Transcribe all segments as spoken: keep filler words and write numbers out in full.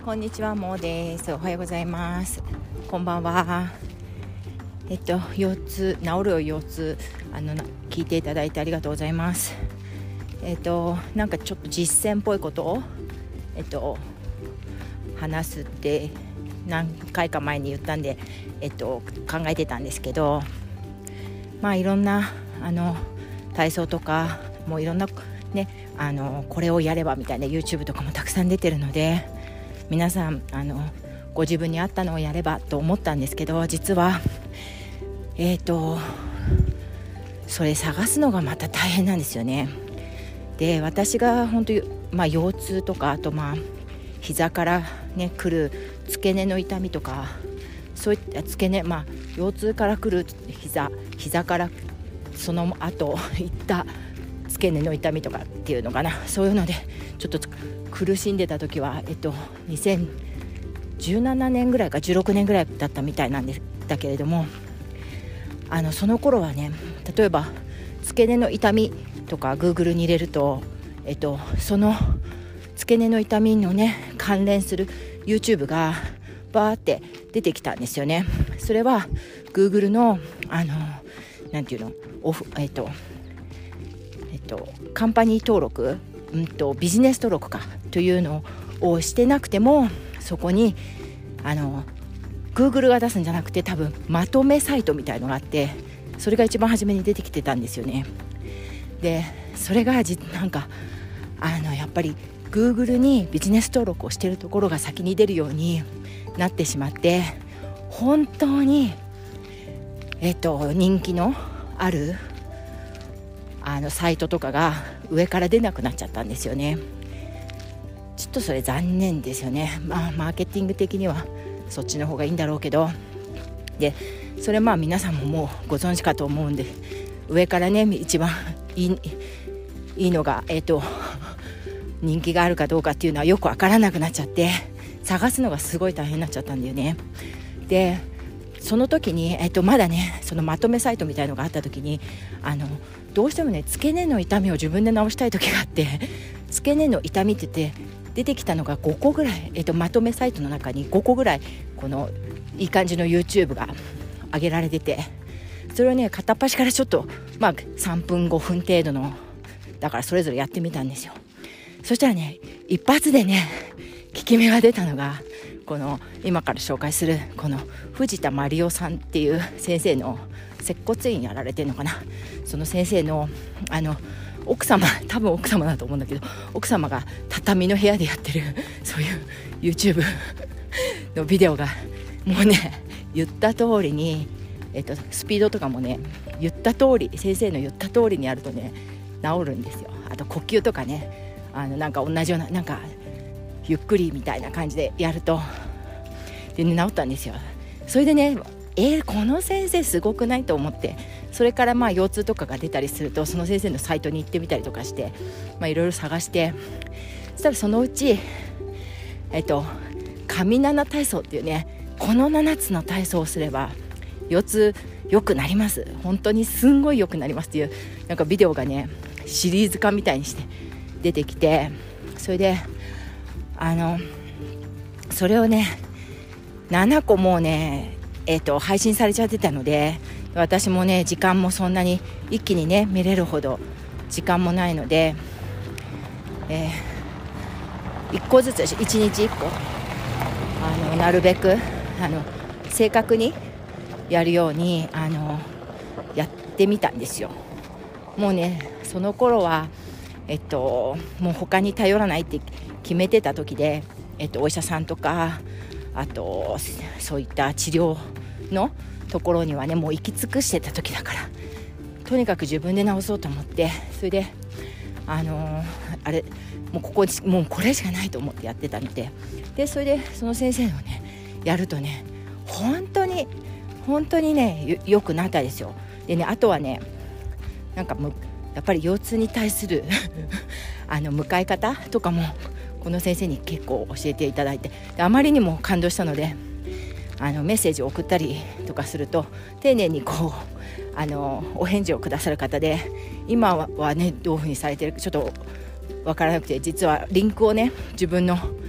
こんにちは、もーです。おはようございます。こんばんは。えっと腰痛治るよ腰痛あの聞いていただいてありがとうございます。えっとなんかちょっと実践っぽいことをえっと話すって何回か前に言ったんでえっと考えてたんですけど、まあいろんなあの体操とかもういろんなねあのこれをやればみたいな YouTube とかもたくさん出てるので、皆さんあのご自分に合ったのをやればと思ったんですけど、実はえーとそれ探すのがまた大変なんですよね。で、私が本当に、まあ、腰痛とか、あとまあ膝からね来る付け根の痛みとか、そういった付け根、まあ腰痛から来る膝膝からその後いった付け根の痛みとかっていうのかな、そういうのでちょっと苦しんでた時はえっとにせんじゅうななねんぐらいかじゅうろくねんぐらいだったみたいなんだけれども、あのその頃はね、例えば付け根の痛みとか Google に入れると、えっとその付け根の痛みのね関連する YouTube がバーって出てきたんですよね。それは Google のあのなんていうのオフえっとえっとカンパニー登録、うんとビジネス登録かというのをしてなくても、そこにあの Google が出すんじゃなくて、多分まとめサイトみたいのがあって、それが一番初めに出てきてたんですよね。でそれがじなんかあのやっぱり Google にビジネス登録をしているところが先に出るようになってしまって、本当にえっと人気のあるあのサイトとかが上から出なくなっちゃったんですよね。ちょっとそれ残念ですよね。まあマーケティング的にはそっちの方がいいんだろうけど、でそれまあ皆さんももうご存知かと思うんで、上からね一番いい、いいのがえっと人気があるかどうかっていうのはよくわからなくなっちゃって、探すのがすごい大変になっちゃったんだよね。でその時に、えっと、まだねそのまとめサイトみたいのがあった時に、あのどうしてもね付け根の痛みを自分で治したい時があって、付け根の痛みって言って出てきたのがごこぐらい、えっと、まとめサイトの中にごこぐらいこのいい感じの YouTube が上げられてて、それをね片っ端からちょっと、まあ、さんぷんごふん程度のだからそれぞれやってみたんですよ。そしたらね一発でね効き目が出たのが、この今から紹介するこの藤田真理夫さんっていう先生の、接骨院やられてるのかな、その先生のあの奥様、多分奥様だと思うんだけど、奥様が畳の部屋でやってるそういう YouTube のビデオがもうね言った通りに、えっと、スピードとかもね言った通り、先生の言った通りにやるとね治るんですよ。あと呼吸とかね、あのなんか同じようななんかゆっくりみたいな感じでやるとで、ね、治ったんですよ。それでねえー、この先生すごくないと思って、それからまあ腰痛とかが出たりするとその先生のサイトに行ってみたりとかして、まあいろいろ探して、そしたらそのうちえっと神なな体操っていうね、このななつの体操をすれば腰痛良くなります、本当にすんごい良くなりますっていうなんかビデオがねシリーズ化みたいにして出てきて、それであのそれをねななこもうねえー、と配信されちゃってたので、私もね時間もそんなに一気にね見れるほど時間もないので、えー、いっこずついちにちいっこあのなるべくあの正確にやるようにあのやってみたんですよ。もうねその頃はえっともう他に頼らないって決めてた時で、えっと、お医者さんとかあとそういった治療のところにはねもう行き尽くしてた時だから、とにかく自分で治そうと思って、それであのー、あれもうここもうこれしかないと思ってやってたので、でそれでその先生のねやるとね本当に本当にね良くなったですよ。でねあとはねなんかむやっぱり腰痛に対するあの向かい方とかもこの先生に結構教えていただいて、であまりにも感動したのであのメッセージを送ったりとかすると丁寧にこうあのお返事をくださる方で、今はねどういうふうにされてるかちょっとわからなくて、実はリンクをね自分の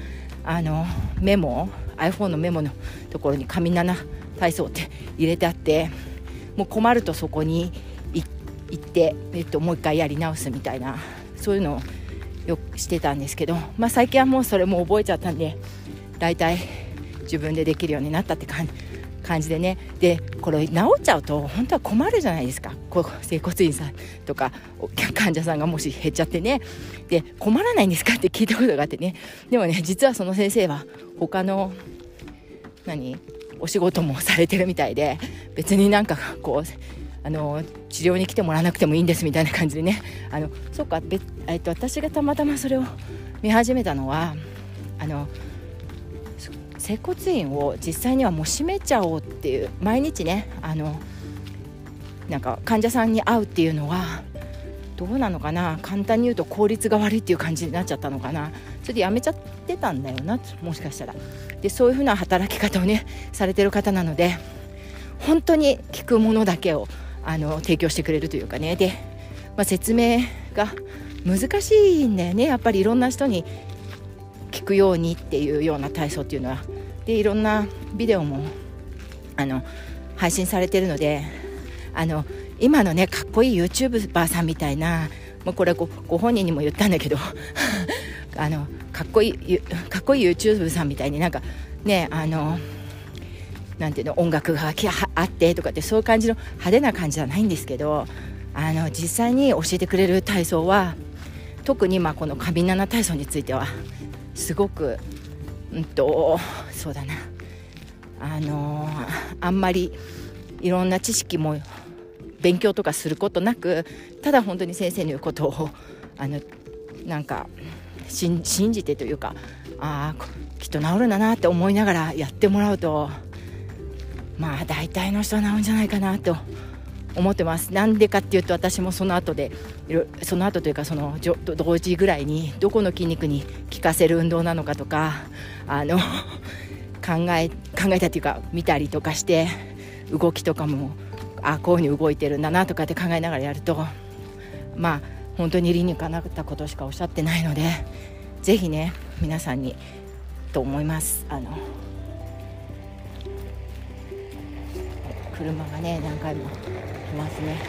あのメモ iPhone のメモのところに神なな体操って入れてあって、もう困るとそこに行って、えっと、もう一回やり直すみたいな、そういうのをよくしてたんですけど、まあ、最近はもうそれも覚えちゃったんで、だいたい自分でできるようになったって感じ感じでね。でこれ治っちゃうと本当は困るじゃないですか。こう整骨院さんとか患者さんがもし減っちゃってね、で困らないんですかって聞いたことがあってね。でもね、実はその先生は他の何お仕事もされてるみたいで、別になんかこうあの治療に来てもらわなくてもいいんですみたいな感じでね、あのそうか、別、えっと、私がたまたまそれを見始めたのは、あの整骨院を実際にはもう閉めちゃおうっていう、毎日ねあのなんか患者さんに会うっていうのはどうなのかな、簡単に言うと効率が悪いっていう感じになっちゃったのかな。それでやめちゃってたんだよな、もしかしたら。でそういう風な働き方をねされてる方なので、本当に聞くものだけをあの提供してくれるというかね。で、まあ、説明が難しいんだよね、やっぱりいろんな人に聞くようにっていうような体操っていうのは。でいろんなビデオもあの配信されてるので、あの今のねかっこいい YouTuber さんみたいな、もうこれ ご, ご本人にも言ったんだけどあのかっこいいかっこいい YouTube さんみたいになんかね、あのなんていうの、音楽があってとかって、そういう感じの派手な感じじゃないんですけど、あの実際に教えてくれる体操は、特にまあこの神なな体操についてはすごくうんとそうだな、あのー、あんまりいろんな知識も勉強とかすることなく、ただ本当に先生の言うことをあのなんか信じてというか、あきっと治るんだなって思いながらやってもらうと、まあ大体の人は治るんじゃないかなと思ってます。なんでかっていうと、私もその後でその後というかその同時ぐらいにどこの筋肉に効かせる運動なのかとかあの考え考えたっていうか見たりとかして、動きとかもあこういう風に動いてるんだなとかって考えながらやると、まあ本当に理にかなったことしかおっしゃってないので、ぜひね皆さんにと思います。あの車がね何回も来ますね。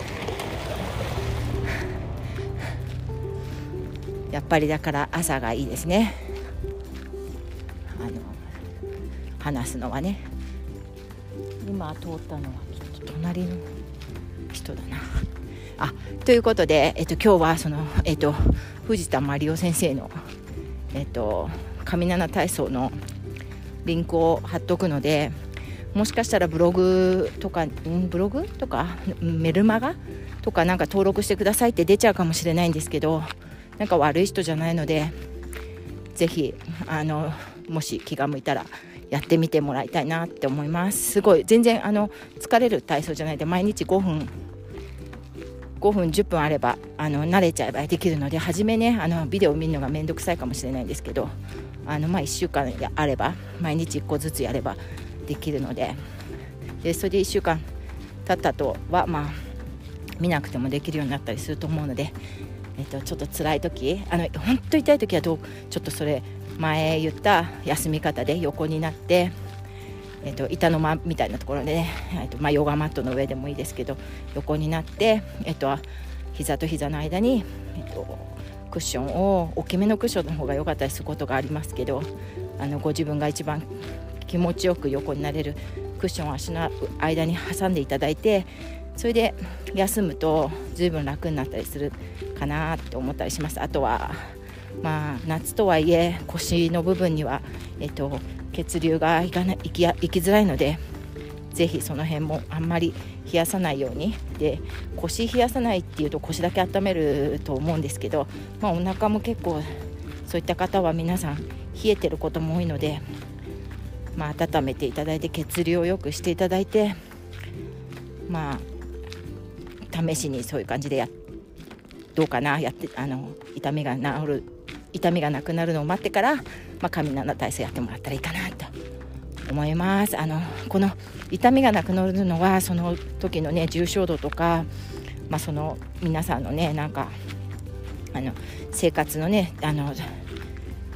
やっぱりだから朝がいいですね、あの話すのはね。今通ったのはきっと隣の人だなあ。ということで、えっと、今日はその、えっと、藤田真理夫先生の、えっと、神なな体操のリンクを貼っとくので、もしかしたらブログとかんブログとかメルマガとかなんか登録してくださいって出ちゃうかもしれないんですけど、なんか悪い人じゃないので、ぜひあのもし気が向いたらやってみてもらいたいなって思います。すごい全然あの疲れる体操じゃないで、毎日ごふんごふんじゅっぷんあればあの慣れちゃえばできるので、初めねあのビデオを見るのがめんどくさいかもしれないんですけど、あのまあいっしゅうかんあれば毎日いっこずつやればできるので、でそれでいっしゅうかん経ったとはまあ見なくてもできるようになったりすると思うので、えっと、ちょっと辛い時、あの本当痛い時はどうちょっとそれ前言った休み方で横になって、えっと、板の間みたいなところでね、えっとまあ、ヨガマットの上でもいいですけど横になって、えっと、膝と膝の間に、えっと、クッションを大きめのクッションの方が良かったりすることがありますけど、あのご自分が一番気持ちよく横になれるクッションを足の間に挟んでいただいて、それで休むと随分楽になったりするかなって思ったりします。あとはまあ夏とはいえ腰の部分には、えっと、血流がいかない、いきや、いきづらいので、ぜひその辺もあんまり冷やさないように。で腰冷やさないっていうと腰だけ温めると思うんですけど、まあ、お腹も結構そういった方は皆さん冷えてることも多いので、まあ、温めていただいて血流を良くしていただいて、まあ試しにそういう感じでやどうかなやってあの痛みが治る痛みがなくなるのを待ってから、まあ、神なな体操やってもらったらいいかなと思います。あのこの痛みがなくなるのはその時のね重症度とか、まあ、その皆さんのねなんかあの生活のねあの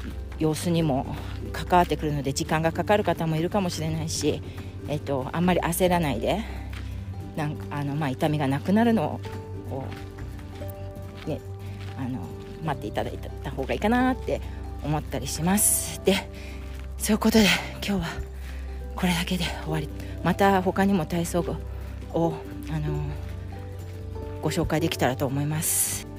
様子にも関わってくるので、時間がかかる方もいるかもしれないし、えっと、あんまり焦らないでなんかあの、まあ、痛みがなくなるのをこう、ね、あの待っていただいた方がいいかなって思ったりします。で、そういうことで今日はこれだけで終わり。また他にも体操をあのご紹介できたらと思います。